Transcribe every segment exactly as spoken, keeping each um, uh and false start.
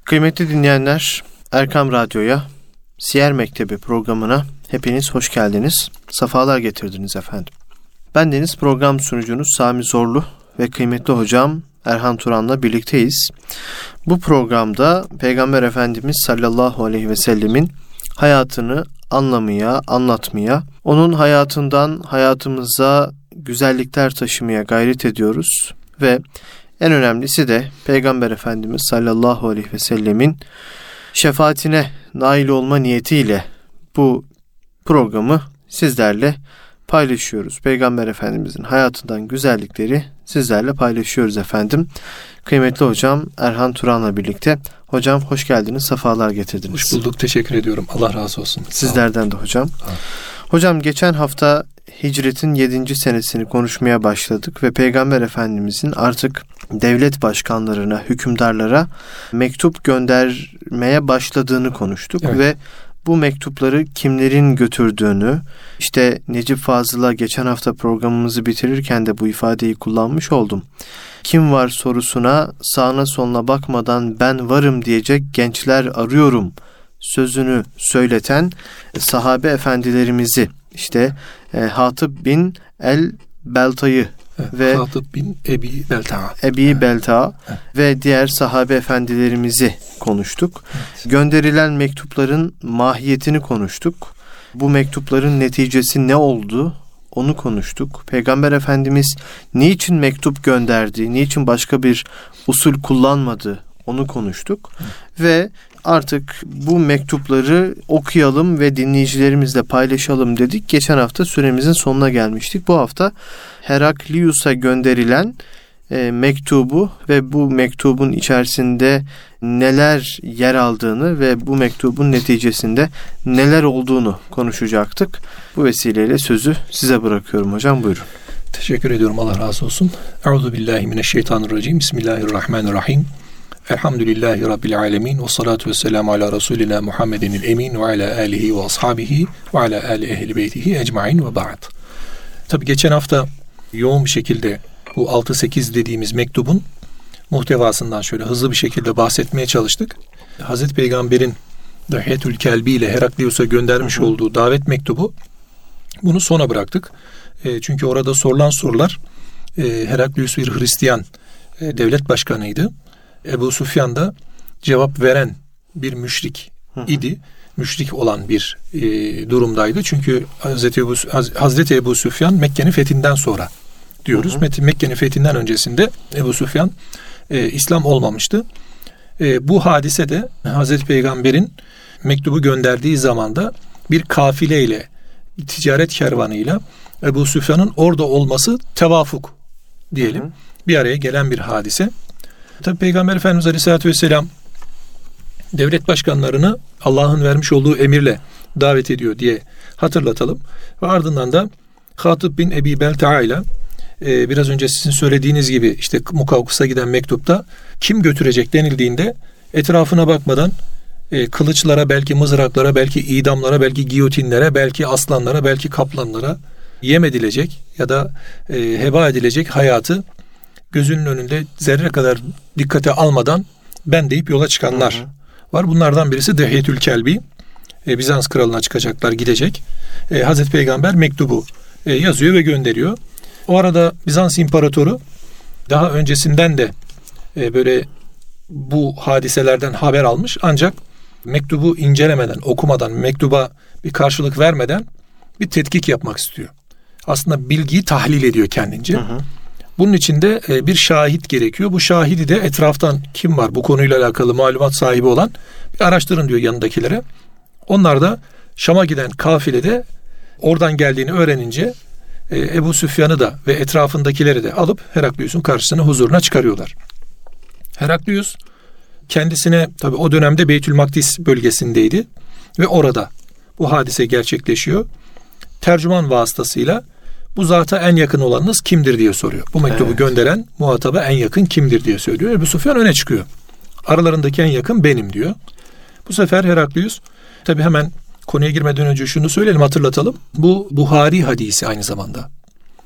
Kıymetli dinleyenler, Erkam Radyo'ya, Siyer Mektebi programına hepiniz hoş geldiniz. Safalar getirdiniz efendim. Bendeniz program sunucunuz Sami Zorlu ve kıymetli hocam Erhan Turan'la birlikteyiz. Bu programda Peygamber Efendimiz sallallahu aleyhi ve sellemin hayatını anlamaya, anlatmaya, onun hayatından hayatımıza güzellikler taşımaya gayret ediyoruz ve en önemlisi de Peygamber Efendimiz sallallahu aleyhi ve sellemin şefaatine nail olma niyetiyle bu programı sizlerle paylaşıyoruz. Peygamber Efendimizin hayatından güzellikleri sizlerle paylaşıyoruz efendim. Kıymetli hocam Erhan Turan'la birlikte. Hocam hoş geldiniz, sefalar getirdiniz. Hoş bulduk, teşekkür ediyorum. Allah razı olsun. Sizlerden de hocam. Ha. Hocam geçen hafta hicretin yedinci senesini konuşmaya başladık ve Peygamber Efendimizin artık devlet başkanlarına, hükümdarlara mektup göndermeye başladığını konuştuk. Evet. Ve bu mektupları kimlerin götürdüğünü, işte Necip Fazıl'a geçen hafta programımızı bitirirken de bu ifadeyi kullanmış oldum. Kim var sorusuna sağına soluna bakmadan ben varım diyecek gençler arıyorum sözünü söyleten sahabe efendilerimizi, işte e, Hatib bin el-Belta'yı ve Hatib bin Ebi Belta, Ebi evet. Belta evet. ve diğer sahabe efendilerimizi konuştuk. Evet. Gönderilen mektupların mahiyetini konuştuk. Bu mektupların neticesi ne oldu? Onu konuştuk. Peygamber Efendimiz niçin mektup gönderdi? Niçin başka bir usul kullanmadı? Onu konuştuk. Evet. Ve artık bu mektupları okuyalım ve dinleyicilerimizle paylaşalım dedik. Geçen hafta süremizin sonuna gelmiştik. Bu hafta Heraklius'a gönderilen e, mektubu ve bu mektubun içerisinde neler yer aldığını ve bu mektubun neticesinde neler olduğunu konuşacaktık. Bu vesileyle sözü size bırakıyorum hocam, buyurun. Teşekkür ediyorum, Allah razı olsun. Euzubillahimineşşeytanirracim. Bismillahirrahmanirrahim. Elhamdülillahi Rabbil alemin. Ve salatu ve selamu ala Resulina Muhammedinil emin ve ala alihi ve ashabihi ve ala ali ehli beytihi ecmain ve ba'd. Tabi geçen hafta yoğun bir şekilde bu altı sekiz dediğimiz mektubun muhtevasından şöyle hızlı bir şekilde bahsetmeye çalıştık. Hazreti Peygamber'in Dihiyetül Kelbi ile Heraklius'a göndermiş olduğu davet mektubu, bunu sona bıraktık. E, çünkü orada sorulan sorular, e, Heraklius bir Hristiyan e, devlet başkanıydı. Ebu Süfyan da cevap veren bir müşrik idi. Müşrik olan bir e, durumdaydı. Çünkü Hazreti Ebu, Hazreti Ebu Süfyan Mekke'nin fethinden sonra diyoruz. Hı hı. Mekke'nin fethinden öncesinde Ebu Süfyan e, İslam olmamıştı. E, bu hadise de Hazreti Peygamber'in mektubu gönderdiği zamanda bir kafileyle, ticaret kervanıyla Ebu Süfyan'ın orada olması tevafuk diyelim. Hı hı. Bir araya gelen bir hadise. Tabi Peygamber Efendimiz Aleyhisselatü Vesselam devlet başkanlarını Allah'ın vermiş olduğu emirle davet ediyor diye hatırlatalım. Ve ardından da Hatib bin Ebi Belta ile e, biraz önce sizin söylediğiniz gibi işte Mukavkıs'a giden mektupta kim götürecek denildiğinde etrafına bakmadan e, kılıçlara, belki mızraklara, belki idamlara, belki giyotinlere, belki aslanlara, belki kaplanlara yem edilecek ya da e, heba edilecek hayatı gözünün önünde zerre kadar dikkate almadan ben deyip yola çıkanlar hı hı. var. Bunlardan birisi Dihiyetül Kelbi. E, Bizans kralına çıkacaklar, gidecek. E, Hazreti Peygamber mektubu e, yazıyor ve gönderiyor. O arada Bizans İmparatoru daha öncesinden de e, böyle bu hadiselerden haber almış. Ancak mektubu incelemeden, okumadan, mektuba bir karşılık vermeden bir tetkik yapmak istiyor. Aslında bilgiyi tahlil ediyor kendince. Hı hı. Bunun için de bir şahit gerekiyor. Bu şahidi de etraftan kim var bu konuyla alakalı malumat sahibi olan bir araştırın diyor yanındakilere. Onlar da Şam'a giden kafilede oradan geldiğini öğrenince Ebu Süfyan'ı da ve etrafındakileri de alıp Heraklius'un karşısına, huzuruna çıkarıyorlar. Heraklius kendisine, tabi o dönemde Beytül Makdis bölgesindeydi ve orada bu hadise gerçekleşiyor. Tercüman vasıtasıyla bu zata en yakın olanınız kimdir diye soruyor. Bu mektubu evet. gönderen muhataba en yakın kimdir diye söylüyor. Ebu Süfyan öne çıkıyor. Aralarındaki en yakın benim diyor. Bu sefer Heraklius, tabi hemen konuya girmeden önce şunu söyleyelim, hatırlatalım. Bu Buhari hadisi aynı zamanda.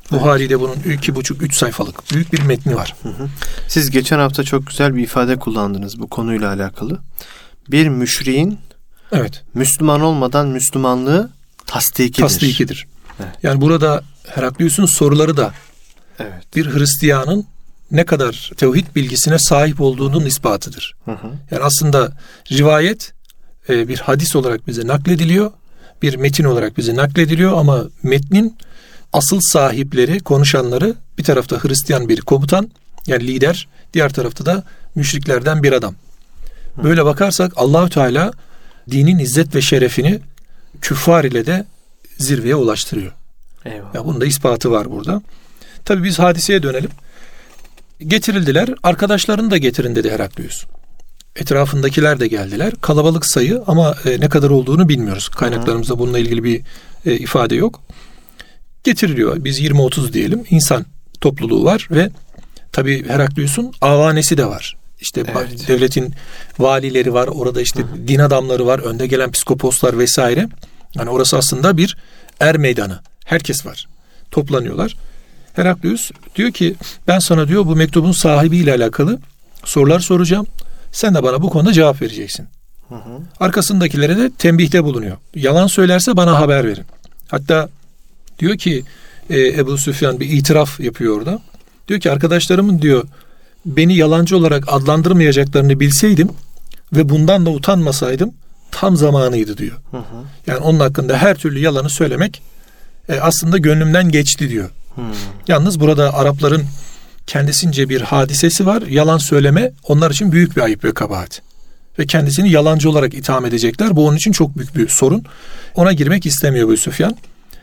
Evet. Buhari'de bunun iki buçuk üç sayfalık büyük bir metni var. Hı hı. Siz geçen hafta çok güzel bir ifade kullandınız bu konuyla alakalı. Bir müşriğin evet. Müslüman olmadan Müslümanlığı tasdikidir. Tasdikidir. Evet. Yani burada Heraklius'un soruları da evet. bir Hristiyanın ne kadar tevhid bilgisine sahip olduğunun ispatıdır. Hı hı. Yani aslında rivayet e, bir hadis olarak bize naklediliyor, bir metin olarak bize naklediliyor ama metnin asıl sahipleri, konuşanları bir tarafta Hristiyan bir komutan, yani lider, diğer tarafta da müşriklerden bir adam. Böyle bakarsak Allahü Teala dinin izzet ve şerefini küffar ile de zirveye ulaştırıyor. Eyvallah. Ya bunun da ispatı var burada. Tabii biz hadiseye dönelim. Getirildiler. Arkadaşlarını da getirin dedi Heraklius. Etrafındakiler de geldiler. Kalabalık sayı ama e, ne kadar olduğunu bilmiyoruz. Kaynaklarımızda bununla ilgili bir e, ifade yok. Getiriliyor. Biz yirmi otuz diyelim. İnsan topluluğu var ve tabii Heraklius'un avanesi de var. İşte evet. devletin valileri var. Orada işte Hı. din adamları var. Önde gelen psikoposlar vesaire. Yani orası aslında bir er meydanı. Herkes var. Toplanıyorlar. Heraklius diyor ki ben sana diyor bu mektubun sahibiyle alakalı sorular soracağım. Sen de bana bu konuda cevap vereceksin. Hı hı. Arkasındakilere de tembihte bulunuyor. Yalan söylerse bana haber verin. Hatta diyor ki e, Ebu Süfyan bir itiraf yapıyor orada. Diyor ki arkadaşlarımın diyor beni yalancı olarak adlandırmayacaklarını bilseydim ve bundan da utanmasaydım tam zamanıydı diyor. Hı hı. Yani onun hakkında her türlü yalanı söylemek e, aslında gönlümden geçti diyor. Hmm. Yalnız burada Arapların kendisince bir hadisesi var. Yalan söyleme onlar için büyük bir ayıp ve kabahat. Ve kendisini yalancı olarak itham edecekler. Bu onun için çok büyük bir sorun. Ona girmek istemiyor Ebu Süfyan.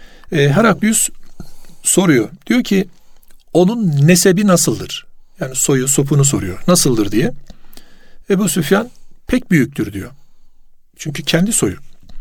E, Heraklius soruyor. Diyor ki onun nesebi nasıldır? Yani soyu sopunu soruyor. Nasıldır diye. Ebu Süfyan pek büyüktür diyor. Çünkü kendi soyu.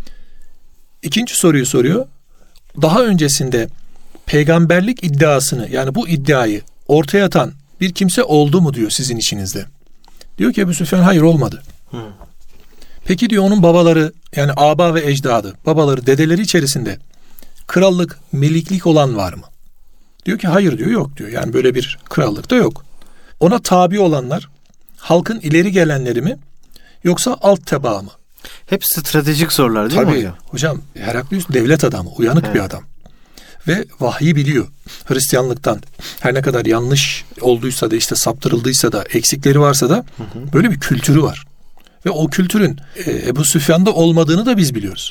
İkinci soruyu soruyor. Daha öncesinde peygamberlik iddiasını yani bu iddiayı ortaya atan bir kimse oldu mu diyor sizin içinizde. Diyor ki Ebu Süfyan hayır olmadı. Hmm. Peki diyor onun babaları yani aba ve ecdadı babaları dedeleri içerisinde krallık meliklik olan var mı? Diyor ki hayır diyor yok diyor. Yani böyle bir krallık da yok. Ona tabi olanlar halkın ileri gelenleri mi yoksa alt tebaa mı? Hep stratejik sorular değil Tabii, mi hocam? Hocam Heraklius devlet adamı, uyanık evet. bir adam. Ve vahyi biliyor. Hristiyanlıktan her ne kadar yanlış olduysa da işte saptırıldıysa da eksikleri varsa da hı hı. böyle bir kültürü var. Ve o kültürün e, Ebu Süfyan'da olmadığını da biz biliyoruz.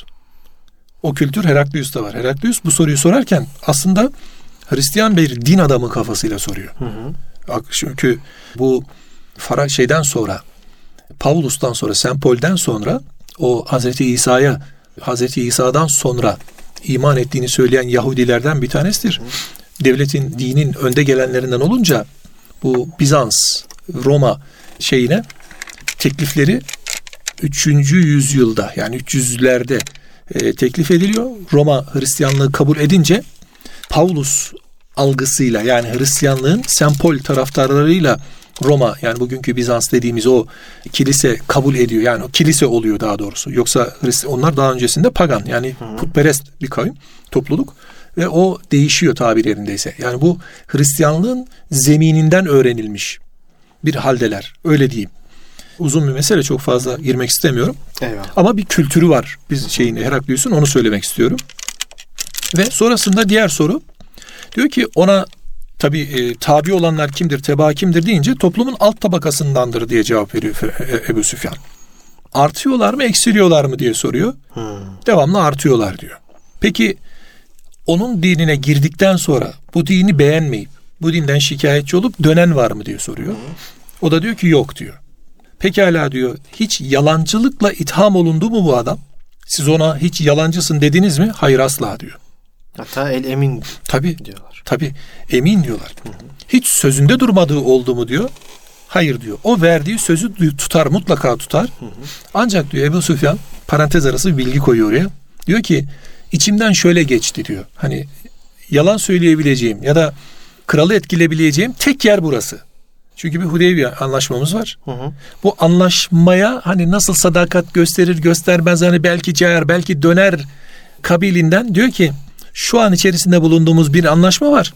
O kültür Heraklius'ta var. Heraklius bu soruyu sorarken aslında Hristiyan bir din adamı kafasıyla soruyor. Hı hı. Çünkü bu Fara şeyden sonra Pavlus'tan sonra Sempol'den sonra o Hazreti İsa'ya Hazreti İsa'dan sonra iman ettiğini söyleyen Yahudilerden bir tanesidir. Hı. Devletin, dinin önde gelenlerinden olunca bu Bizans, Roma şeyine teklifleri üçüncü yüzyılda yani üç yüzlerde e, teklif ediliyor. Roma Hristiyanlığı kabul edince Pavlus algısıyla yani Hristiyanlığın Sempol taraftarlarıyla Roma yani bugünkü Bizans dediğimiz o kilise kabul ediyor. Yani o kilise oluyor daha doğrusu. Yoksa onlar daha öncesinde pagan yani Hı. putperest bir kavim, topluluk ve o değişiyor tabir yerindeyse. Yani bu Hristiyanlığın zemininden öğrenilmiş bir haldeler. Öyle diyeyim. Uzun bir mesele çok fazla girmek istemiyorum. Eyvallah. Ama bir kültürü var. Biz şeyin Heraklius'un onu söylemek istiyorum. Ve sonrasında diğer soru diyor ki ona tabii e, tabi olanlar kimdir, tebaa kimdir deyince toplumun alt tabakasındandır diye cevap veriyor Ebu Süfyan. Artıyorlar mı, eksiliyorlar mı diye soruyor. Hmm. Devamlı artıyorlar diyor. Peki onun dinine girdikten sonra bu dini beğenmeyip bu dinden şikayetçi olup dönen var mı diye soruyor. Hmm. O da diyor ki yok diyor. Pekala diyor hiç yalancılıkla itham olundu mu bu adam? Siz ona hiç yalancısın dediniz mi? Hayır asla diyor. Hatta el emin tabii, diyorlar. Tabii emin diyorlar. Hı hı. Hiç sözünde durmadığı oldu mu diyor. Hayır diyor. O verdiği sözü tutar mutlaka tutar. Hı hı. Ancak diyor Ebu Süfyan parantez arası bir bilgi koyuyor oraya. Diyor ki içimden şöyle geçti diyor. Hani yalan söyleyebileceğim ya da kralı etkileyebileceğim tek yer burası. Çünkü bir Hudeybiye anlaşmamız var. Hı hı. Bu anlaşmaya hani nasıl sadakat gösterir göstermez hani belki cayar belki döner kabilinden diyor ki şu an içerisinde bulunduğumuz bir anlaşma var.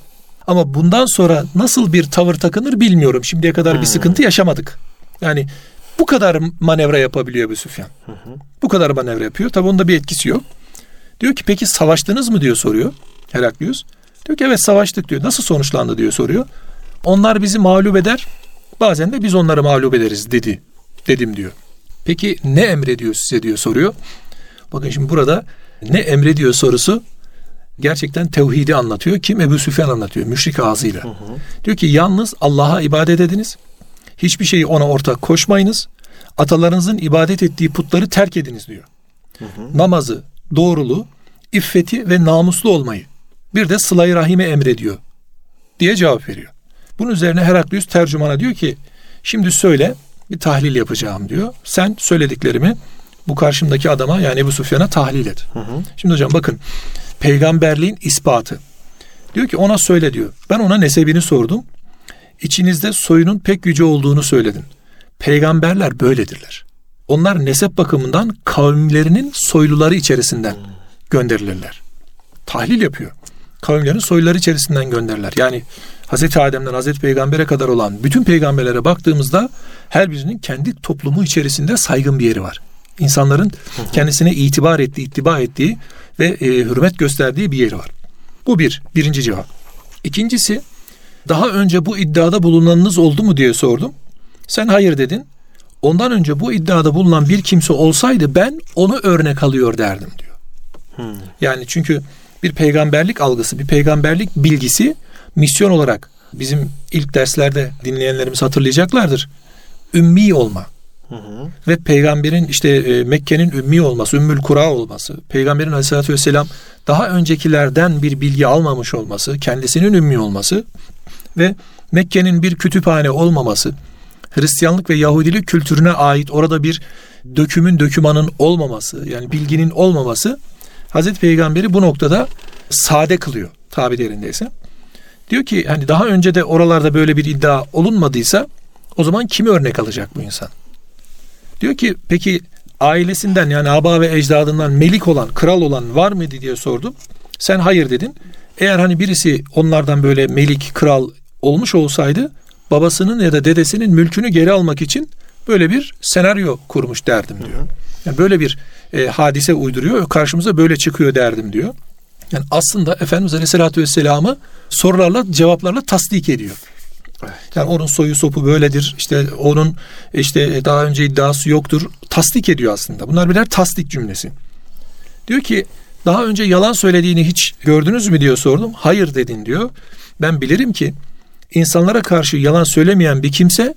Ama bundan sonra nasıl bir tavır takınır bilmiyorum. Şimdiye kadar hmm. bir sıkıntı yaşamadık. Yani bu kadar manevra yapabiliyor Ebu Süfyan. Hı hı. Bu kadar manevra yapıyor. Tabii onda bir etkisi yok. Diyor ki peki savaştınız mı diyor soruyor Heraklius. Diyor ki evet savaştık diyor. Nasıl sonuçlandı diyor soruyor. Onlar bizi mağlup eder. Bazen de biz onları mağlup ederiz dedi. Dedim diyor. Peki ne emrediyor size diyor soruyor. Bakın şimdi burada ne emrediyor sorusu gerçekten tevhidi anlatıyor. Kim? Ebu Süfyan anlatıyor. Müşrik ağzıyla. Hı hı. Diyor ki yalnız Allah'a ibadet ediniz. Hiçbir şeyi ona ortak koşmayınız. Atalarınızın ibadet ettiği putları terk ediniz diyor. Hı hı. Namazı, doğruluğu, iffeti ve namuslu olmayı. Bir de sıla-i rahime emrediyor diye cevap veriyor. Bunun üzerine Heraklius tercümana diyor ki şimdi söyle bir tahlil yapacağım diyor. Sen söylediklerimi bu karşımdaki adama yani Ebu Süfyan'a tahlil et. Hı hı. Şimdi hocam bakın peygamberliğin ispatı. Diyor ki ona söyle diyor. Ben ona nesebini sordum. İçinizde soyunun pek yüce olduğunu söyledin. Peygamberler böyledirler. Onlar nesep bakımından kavimlerinin soyluları içerisinden gönderilirler. Tahlil yapıyor. Kavimlerin soyluları içerisinden gönderirler. Yani Hazreti Adem'den Hazreti Peygamber'e kadar olan bütün peygamberlere baktığımızda her birinin kendi toplumu içerisinde saygın bir yeri var. İnsanların kendisine itibar ettiği, ittiba ettiği ve e, hürmet gösterdiği bir yeri var. Bu bir, birinci cevap. İkincisi, daha önce bu iddiada bulunanınız oldu mu diye sordum. Sen hayır dedin. Ondan önce bu iddiada bulunan bir kimse olsaydı ben onu örnek alıyor derdim diyor. Hmm. Yani çünkü bir peygamberlik algısı, bir peygamberlik bilgisi misyon olarak bizim ilk derslerde dinleyenlerimiz hatırlayacaklardır. Ümmi olma. Hı hı. Ve peygamberin işte e, Mekke'nin ümmi olması, Ümmül Kura olması, peygamberin aleyhissalatü vesselam daha öncekilerden bir bilgi almamış olması, kendisinin ümmi olması ve Mekke'nin bir kütüphane olmaması, Hristiyanlık ve Yahudilik kültürüne ait orada bir dökümün, dökümanın olmaması, yani bilginin olmaması Hazreti Peygamberi bu noktada sade kılıyor tabiri yerindeyse. Diyor ki hani daha önce de oralarda böyle bir iddia olunmadıysa o zaman kimi örnek alacak bu insan? Diyor ki peki ailesinden yani aba ve ecdadından melik olan, kral olan var mıydı diye sordum. Sen hayır dedin. Eğer hani birisi onlardan böyle melik, kral olmuş olsaydı babasının ya da dedesinin mülkünü geri almak için böyle bir senaryo kurmuş derdim diyor. Yani böyle bir e, hadise uyduruyor. Karşımıza böyle çıkıyor derdim diyor. Yani aslında Efendimiz Aleyhisselatü Vesselam'ı sorularla, cevaplarla tasdik ediyor. Evet. Yani onun soyu sopu böyledir. İşte onun işte daha önce iddiası yoktur. Tasdik ediyor aslında. Bunlar birer tasdik cümlesi. Diyor ki daha önce yalan söylediğini hiç gördünüz mü diyor sordum. Hayır dedin diyor. Ben bilirim ki insanlara karşı yalan söylemeyen bir kimse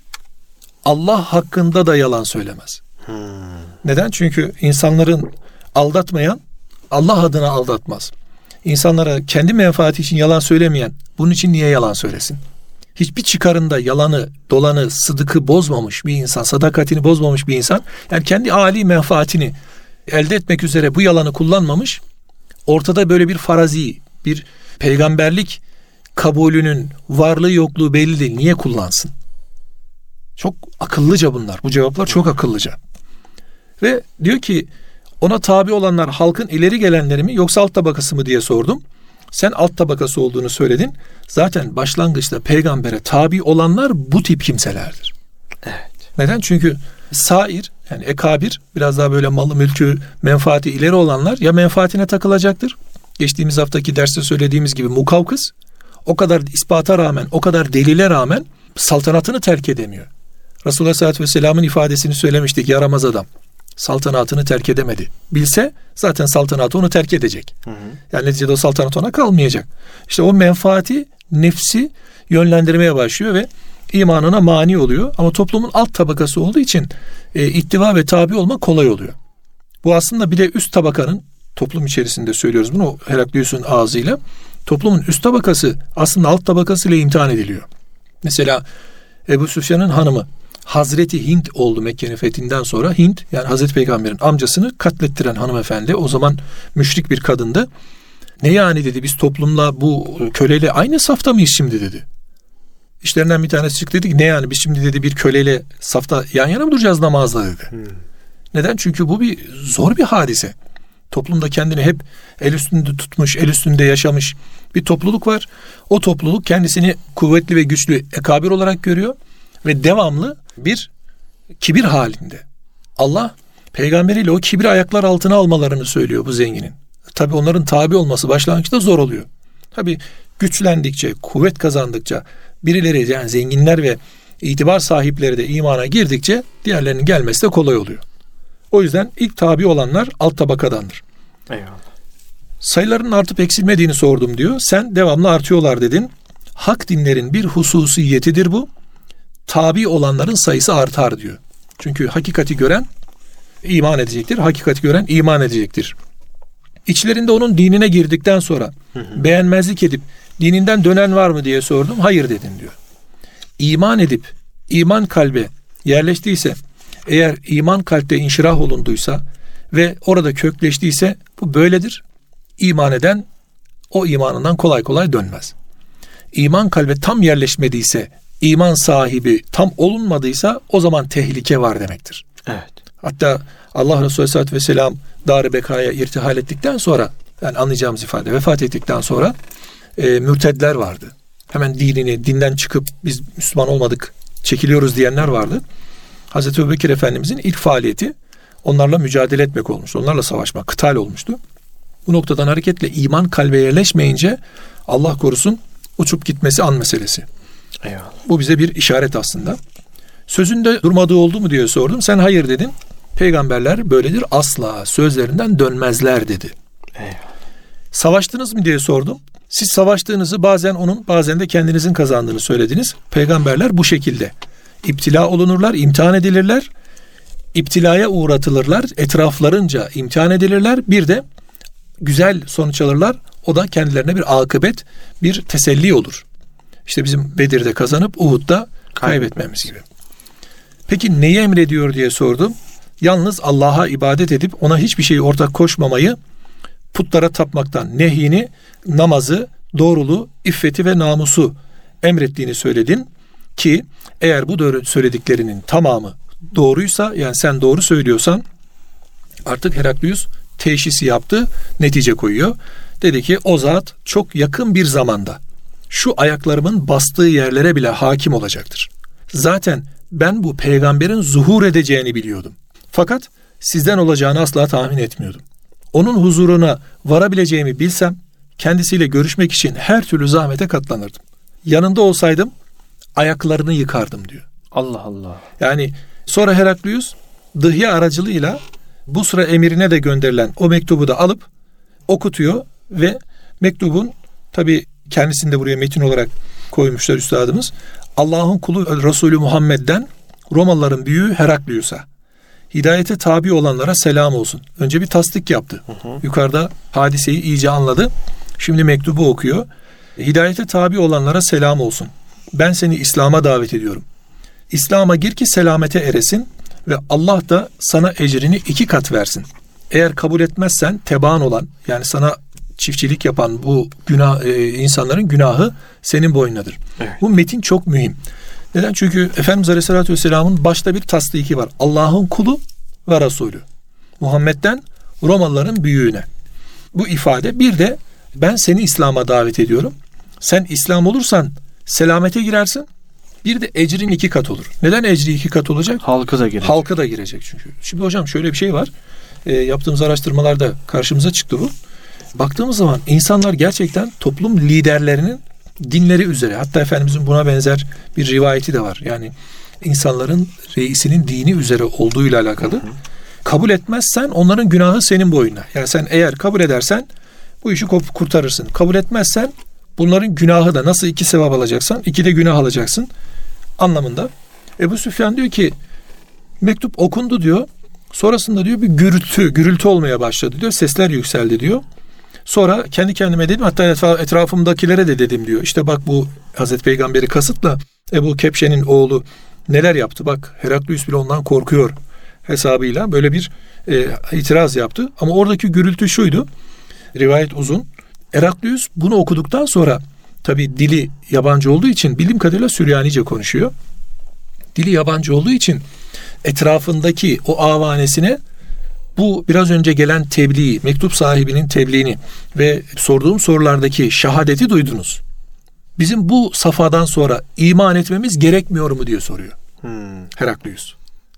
Allah hakkında da yalan söylemez. Hmm. Neden? Çünkü insanların aldatmayan Allah adına aldatmaz. İnsanlara kendi menfaati için yalan söylemeyen bunun için niye yalan söylesin? Hiçbir çıkarında yalanı, dolanı, sıdıkı bozmamış bir insan, sadakatini bozmamış bir insan, yani kendi âli menfaatini elde etmek üzere bu yalanı kullanmamış, ortada böyle bir farazi, bir peygamberlik kabulünün varlığı yokluğu belli değil. Niye kullansın? Çok akıllıca bunlar. Bu cevaplar çok akıllıca. Ve diyor ki ona tabi olanlar halkın ileri gelenleri mi yoksa alt tabakası mı diye sordum. Sen alt tabakası olduğunu söyledin. Zaten başlangıçta peygambere tabi olanlar bu tip kimselerdir. Evet. Neden? Çünkü sair yani ekabir biraz daha böyle malı mülkü menfaati ileri olanlar ya menfaatine takılacaktır. Geçtiğimiz haftaki derste söylediğimiz gibi Mukavkıs o kadar ispata rağmen o kadar delile rağmen saltanatını terk edemiyor. Resulullah sallallahu aleyhi ve sellem'in ifadesini söylemiştik, yaramaz adam. Saltanatını terk edemedi. Bilse zaten saltanatı onu terk edecek. Hı hı. Yani neticede o saltanat ona kalmayacak. İşte o menfaati, nefsi yönlendirmeye başlıyor ve imanına mani oluyor. Ama toplumun alt tabakası olduğu için e, ittiva ve tabi olma kolay oluyor. Bu aslında bir de üst tabakanın, toplum içerisinde söylüyoruz bunu Heraklius'un ağzıyla, toplumun üst tabakası aslında alt tabakasıyla imtihan ediliyor. Mesela Ebu Süfyan'ın hanımı Hazreti Hint oldu Mekke'nin fethinden sonra. Hint yani Hazreti Peygamber'in amcasını katlettiren hanımefendi, o zaman müşrik bir kadındı. Ne yani dedi, biz toplumla bu köleyle aynı safta mıyız şimdi dedi. İşlerinden bir tanesi çıktı dedi ki ne yani biz şimdi dedi bir köleyle safta yan yana mı duracağız namazda dedi. Hmm. Neden? Çünkü bu bir zor bir hadise. Toplumda kendini hep el üstünde tutmuş, el üstünde yaşamış bir topluluk var. O topluluk kendisini kuvvetli ve güçlü ekabir olarak görüyor ve devamlı bir kibir halinde. Allah peygamberiyle o kibri ayaklar altına almalarını söylüyor bu zenginin. Tabii onların tabi olması başlangıçta zor oluyor. Tabii güçlendikçe, kuvvet kazandıkça, birileri yani zenginler ve itibar sahipleri de imana girdikçe diğerlerinin gelmesi de kolay oluyor. O yüzden ilk tabi olanlar alt tabakadandır. Eyvallah. Sayılarının artıp eksilmediğini sordum diyor. Sen devamlı artıyorlar dedin. Hak dinlerin bir hususiyetidir bu. Tabi olanların sayısı artar diyor. Çünkü hakikati gören iman edecektir. Hakikati gören iman edecektir. İçlerinde onun dinine girdikten sonra hı hı. beğenmezlik edip dininden dönen var mı diye sordum. Hayır dedin diyor. İman edip iman kalbe yerleştiyse, eğer iman kalpte inşirah olunduysa ve orada kökleştiyse bu böyledir. İman eden o imanından kolay kolay dönmez. İman kalbe tam yerleşmediyse, iman sahibi tam olunmadıysa o zaman tehlike var demektir. Evet. Hatta Allah Resulü Aleyhisselatü Vesselam Dar-ı Beka'ya irtihal ettikten sonra, yani anlayacağımız ifade vefat ettikten sonra e, mürtedler vardı. Hemen dinini, dinden çıkıp biz Müslüman olmadık, çekiliyoruz diyenler vardı. Hazreti Ebubekir Efendimizin ilk faaliyeti onlarla mücadele etmek olmuştu. Onlarla savaşmak, kıtal olmuştu. Bu noktadan hareketle iman kalbe yerleşmeyince Allah korusun uçup gitmesi an meselesi. Eyvallah. Bu bize bir işaret aslında. Sözünde durmadığı oldu mu diye sordum. Sen hayır dedin. Peygamberler böyledir, asla sözlerinden dönmezler dedi. Eyvallah. Savaştınız mı diye sordum. Siz savaştığınızı bazen onun bazen de kendinizin kazandığını söylediniz. Peygamberler bu şekilde İptila olunurlar, imtihan edilirler. İptilaya uğratılırlar, etraflarınca imtihan edilirler. Bir de güzel sonuç alırlar. O da kendilerine bir akıbet, bir teselli olur. İşte bizim Bedir'de kazanıp Uhud'da kaybetmemiz gibi. Peki neyi emrediyor diye sordum. Yalnız Allah'a ibadet edip ona hiçbir şeyi ortak koşmamayı, putlara tapmaktan nehyini, namazı, doğruluğu, iffeti ve namusu emrettiğini söyledin. Ki eğer bu doğru söylediklerinin tamamı doğruysa, yani sen doğru söylüyorsan, artık Heraklius teşhisi yaptı, netice koyuyor. Dedi ki o zat çok yakın bir zamanda şu ayaklarımın bastığı yerlere bile hakim olacaktır. Zaten ben bu peygamberin zuhur edeceğini biliyordum. Fakat sizden olacağını asla tahmin etmiyordum. Onun huzuruna varabileceğimi bilsem kendisiyle görüşmek için her türlü zahmete katlanırdım. Yanında olsaydım ayaklarını yıkardım diyor. Allah Allah. Yani sonra Heraklius Dıhya aracılığıyla Busra emirine de gönderilen o mektubu da alıp okutuyor ve mektubun, tabi kendisini de buraya metin olarak koymuşlar üstadımız. Allah'ın kulu Resulü Muhammed'den Romalıların büyüğü Heraklius'a, hidayete tabi olanlara selam olsun. Önce bir tasdik yaptı. Hı hı. Yukarıda hadiseyi iyice anladı. Şimdi mektubu okuyor. Hidayete tabi olanlara selam olsun. Ben seni İslam'a davet ediyorum. İslam'a gir ki selamete eresin ve Allah da sana ecrini iki kat versin. Eğer kabul etmezsen tebaan olan, yani sana çiftçilik yapan bu günah e, insanların günahı senin boynunadır. Evet. Bu metin çok mühim. Neden? Çünkü Efendimiz Aleyhisselatü Vesselam'ın başta bir tasdiki var. Allah'ın kulu ve Resulü. Muhammed'den Romalıların büyüğüne. Bu ifade. Bir de ben seni İslam'a davet ediyorum. Sen İslam olursan selamete girersin. Bir de ecrin iki kat olur. Neden ecri iki kat olacak? Halka da girecek. Halka da girecek çünkü. Şimdi hocam şöyle bir şey var. E, yaptığımız araştırmalarda karşımıza çıktı bu. Baktığımız zaman insanlar gerçekten toplum liderlerinin dinleri üzere, hatta Efendimizin buna benzer bir rivayeti de var. Yani insanların reisinin dini üzere olduğuyla alakalı. Hı hı. Kabul etmezsen onların günahı senin boynuna. Yani sen eğer kabul edersen bu işi kurtarırsın. Kabul etmezsen bunların günahı da, nasıl iki sevap alacaksan iki de günah alacaksın anlamında. Ebu Süfyan diyor ki mektup okundu diyor. Sonrasında diyor bir gürültü, gürültü olmaya başladı diyor. Sesler yükseldi diyor. Sonra kendi kendime dedim, hatta etrafımdakilere de dedim diyor. İşte bak bu Hazreti Peygamber'i kasıtla Ebu Kepşe'nin oğlu neler yaptı. Bak Heraklius bile ondan korkuyor hesabıyla böyle bir e, itiraz yaptı. Ama oradaki gürültü şuydu. Rivayet uzun. Heraklius bunu okuduktan sonra, tabi dili yabancı olduğu için, bildiğim kadarıyla Süryanice konuşuyor. Dili yabancı olduğu için etrafındaki o avanesine bu biraz önce gelen tebliği, mektup sahibinin tebliğini ve sorduğum sorulardaki şehadeti duydunuz. Bizim bu safhadan sonra iman etmemiz gerekmiyor mu diye soruyor hmm. Heraklius.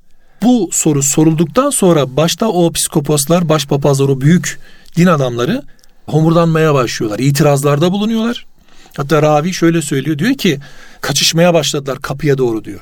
Bu soru sorulduktan sonra başta o psikoposlar, başpapazlar, o büyük din adamları homurdanmaya başlıyorlar. İtirazlarda bulunuyorlar. Hatta ravi şöyle söylüyor, diyor ki kaçışmaya başladılar kapıya doğru diyor.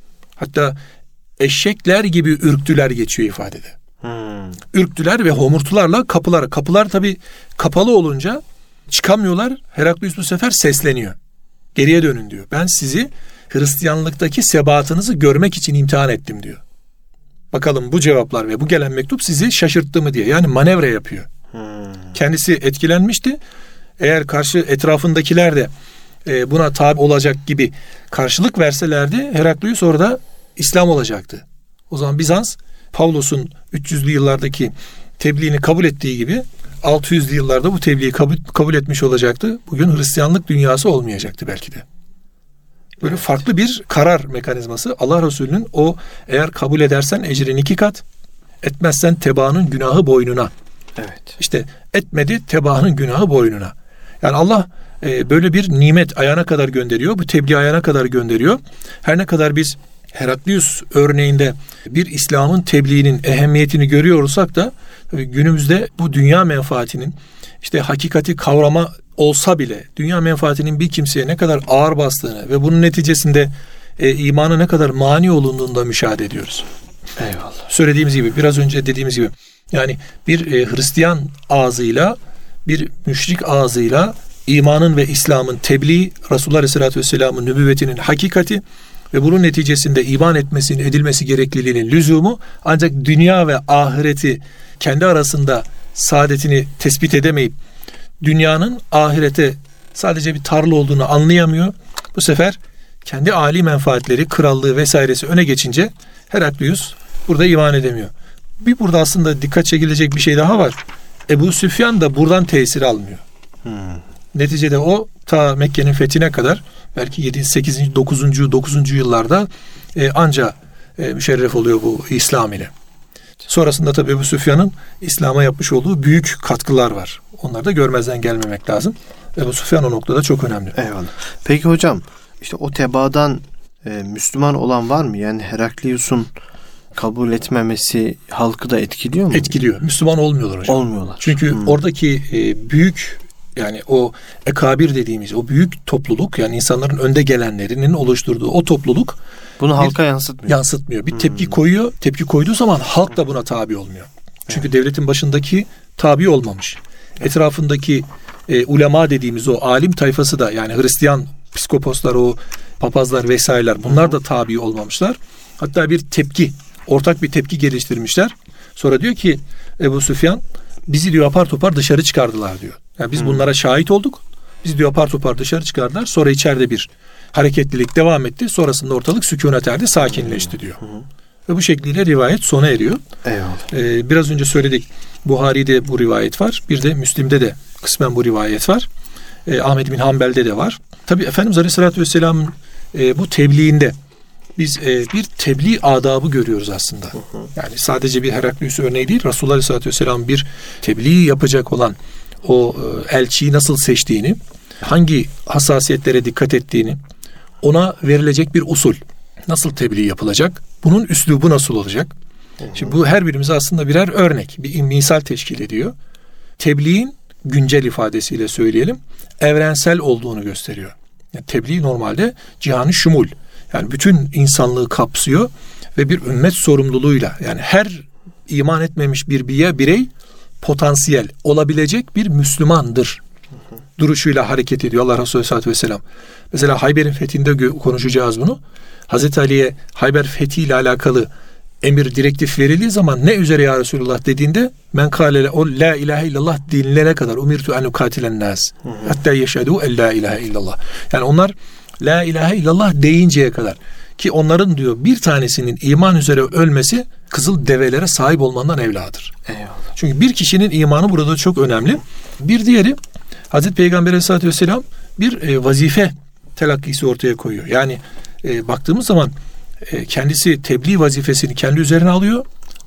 Hatta eşekler gibi ürktüler geçiyor ifadede. Hmm. Ürktüler ve homurtularla kapılar. Kapılar tabii kapalı olunca çıkamıyorlar. Heraklius bu sefer sesleniyor. Geriye dönün diyor. Ben sizi Hristiyanlıktaki sebatınızı görmek için imtihan ettim diyor. Bakalım bu cevaplar ve bu gelen mektup sizi şaşırttı mı diye. Yani manevra yapıyor. Hmm. Kendisi etkilenmişti. Eğer karşı etrafındakiler de e, buna tabi olacak gibi karşılık verselerdi Heraklius orada İslam olacaktı. O zaman Bizans Pavlos'un üç yüzlü yıllardaki tebliğini kabul ettiği gibi altı yüzlü yıllarda bu tebliği kabul, kabul etmiş olacaktı. Bugün Hristiyanlık dünyası olmayacaktı belki de. Böyle evet. Farklı bir karar mekanizması. Allah Resulü'nün o eğer kabul edersen ecrin iki kat, etmezsen tebaanın günahı boynuna. Evet. İşte etmedi, tebaanın günahı boynuna. Yani Allah e, böyle bir nimet ayağına kadar gönderiyor. Bu tebliğ ayağına kadar gönderiyor. Her ne kadar biz Heraklius örneğinde bir İslam'ın tebliğinin ehemmiyetini görüyor olsak da günümüzde bu dünya menfaatinin işte hakikati kavrama olsa bile dünya menfaatinin bir kimseye ne kadar ağır bastığını ve bunun neticesinde e, imana ne kadar mani olunduğunu da müşahede ediyoruz. Eyvallah. Söylediğimiz gibi, biraz önce dediğimiz gibi, yani bir e, Hristiyan ağzıyla, bir müşrik ağzıyla imanın ve İslam'ın tebliği, Resulullah Aleyhisselatü Vesselam'ın nübüvvetinin hakikati ve bunun neticesinde iman etmesinin edilmesi gerekliliğinin lüzumu, ancak dünya ve ahireti kendi arasında saadetini tespit edemeyip dünyanın ahirete sadece bir tarla olduğunu anlayamıyor. Bu sefer kendi âli menfaatleri, krallığı vesairesi öne geçince Heraklius burada iman edemiyor. Bir burada aslında dikkat çekilecek bir şey daha var. Ebu Süfyan da buradan tesir almıyor. Hmm. Neticede o ta Mekke'nin fethine kadar belki yedinci, sekizinci, dokuzuncu, dokuzuncu yıllarda e, anca e, müşerref oluyor bu İslam ile. Sonrasında tabii Ebu Süfyan'ın İslam'a yapmış olduğu büyük katkılar var. Onları da görmezden gelmemek lazım. Ebu Süfyan o noktada çok önemli. Eyvallah. Peki hocam, işte o tebaadan e, Müslüman olan var mı? Yani Heraklius'un kabul etmemesi halkı da etkiliyor mu? Etkiliyor. Müslüman olmuyorlar hocam. Olmuyorlar. Çünkü hmm. oradaki e, büyük, yani o ekabir dediğimiz o büyük topluluk, yani insanların önde gelenlerinin oluşturduğu o topluluk bunu halka yansıtmıyor. Yansıtmıyor. Bir hmm. tepki koyuyor. Tepki koyduğu zaman halk da buna tabi olmuyor. Çünkü evet. devletin başındaki tabi olmamış. Etrafındaki e, ulema dediğimiz o alim tayfası da, yani Hristiyan psikoposlar, o papazlar vesaireler, bunlar da tabi olmamışlar. Hatta bir tepki, ortak bir tepki geliştirmişler. Sonra diyor ki Ebu Süfyan, bizi diyor apar topar dışarı çıkardılar diyor. Yani biz hmm. bunlara şahit olduk. Bizi diyor apar topar dışarı çıkardılar. Sonra içeride bir hareketlilik devam etti. Sonrasında ortalık sükunet erdi, sakinleşti diyor. Hmm. Ve bu şekliyle rivayet sona eriyor. Eyvallah. Ee, biraz önce söyledik, Buhari'de bu rivayet var. Bir de Müslim'de de kısmen bu rivayet var. Ee, Ahmed bin Hanbel'de de var. Tabii Efendimiz Aleyhisselatü Vesselam'ın e, bu tebliğinde biz e, bir tebliğ adabı görüyoruz aslında. Hı hı. Yani sadece bir Heraklius örneği değil, Resulullah Aleyhisselatü Vesselam bir tebliğ yapacak olan o e, elçiyi nasıl seçtiğini, hangi hassasiyetlere dikkat ettiğini, ona verilecek bir usul, nasıl tebliğ yapılacak, bunun üslubu nasıl olacak? Hı hı. Şimdi bu her birimize aslında birer örnek, bir misal teşkil ediyor. Tebliğin güncel ifadesiyle söyleyelim, evrensel olduğunu gösteriyor. Yani tebliğ normalde cihan-ı şumul, yani bütün insanlığı kapsıyor ve bir ümmet sorumluluğuyla, yani her iman etmemiş bir birey potansiyel olabilecek bir Müslümandır hı hı. duruşuyla hareket ediyor Allah Resulü Aleyhisselatü Vesselam. Mesela Hayber'in fethinde gö- konuşacağız bunu. Hazreti Ali'ye Hayber fethiyle alakalı emir, direktif verildiği zaman ne üzere ya Resulullah dediğinde, men kâlele o la ilahe illallah dinlene kadar umirtu en ukatilen nas hatta yeşhedû en la ilahe illallah. Yani onlar la ilahe illallah deyinceye kadar, ki onların diyor bir tanesinin iman üzere ölmesi kızıl develere sahip olmandan evladır. Eyvallah. Çünkü bir kişinin imanı burada çok önemli. Bir diğeri, Hazreti Peygamber Aleyhisselatü Vesselam bir e, vazife telakkisi ortaya koyuyor. Yani e, baktığımız zaman e, kendisi tebliğ vazifesini kendi üzerine alıyor.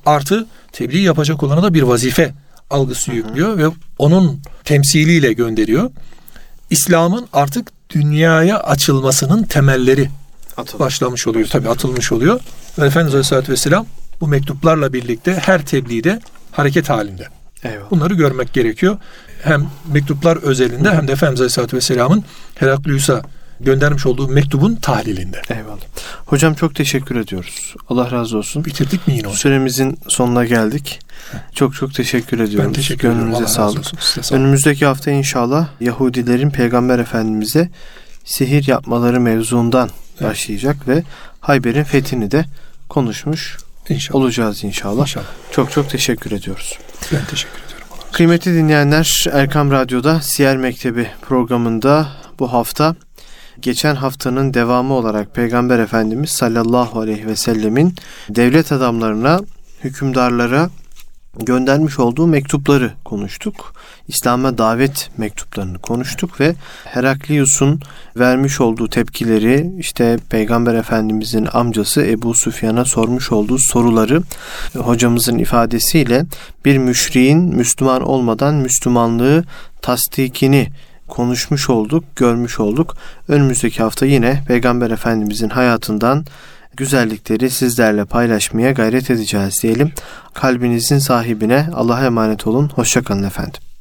Artı tebliğ yapacak olana da bir vazife algısı Hı-hı. yüklüyor ve onun temsiliyle gönderiyor. İslam'ın artık dünyaya açılmasının temelleri Atılır. başlamış oluyor. Tabii atılmış oluyor. Ve Efendimiz Aleyhisselatü Vesselam bu mektuplarla birlikte her tebliğde hareket halinde. Eyvallah. Bunları görmek gerekiyor. Hem mektuplar özelinde Hı. hem de Efendimiz Aleyhisselatü Vesselam'ın Heraklius'a göndermiş olduğu mektubun tahlilinde. Eyvallah. Hocam çok teşekkür ediyoruz. Allah razı olsun. Bitirdik mi yine hocam? Süremizin sonuna geldik. Heh. Çok çok teşekkür ediyoruz. Ben teşekkür ederim. Gönlünüze sağlık. sağlık. Önümüzdeki hafta inşallah Yahudilerin Peygamber Efendimiz'e sihir yapmaları mevzuundan evet. başlayacak ve Hayber'in fethini de konuşmuş İnşallah. olacağız inşallah. İnşallah. Çok çok teşekkür ediyoruz. Ben teşekkür ediyorum. Kıymetli dinleyenler, Erkam Radyo'da Siyer Mektebi programında bu hafta geçen haftanın devamı olarak Peygamber Efendimiz sallallahu aleyhi ve sellemin devlet adamlarına, hükümdarlara göndermiş olduğu mektupları konuştuk. İslam'a davet mektuplarını konuştuk ve Heraklius'un vermiş olduğu tepkileri, işte Peygamber Efendimizin amcası Ebu Süfyan'a sormuş olduğu soruları hocamızın ifadesiyle bir müşriğin Müslüman olmadan Müslümanlığı tasdikini konuşmuş olduk, görmüş olduk. Önümüzdeki hafta yine Peygamber Efendimizin hayatından güzellikleri sizlerle paylaşmaya gayret edeceğiz diyelim. Kalbinizin sahibine Allah'a emanet olun. Hoşça kalın efendim.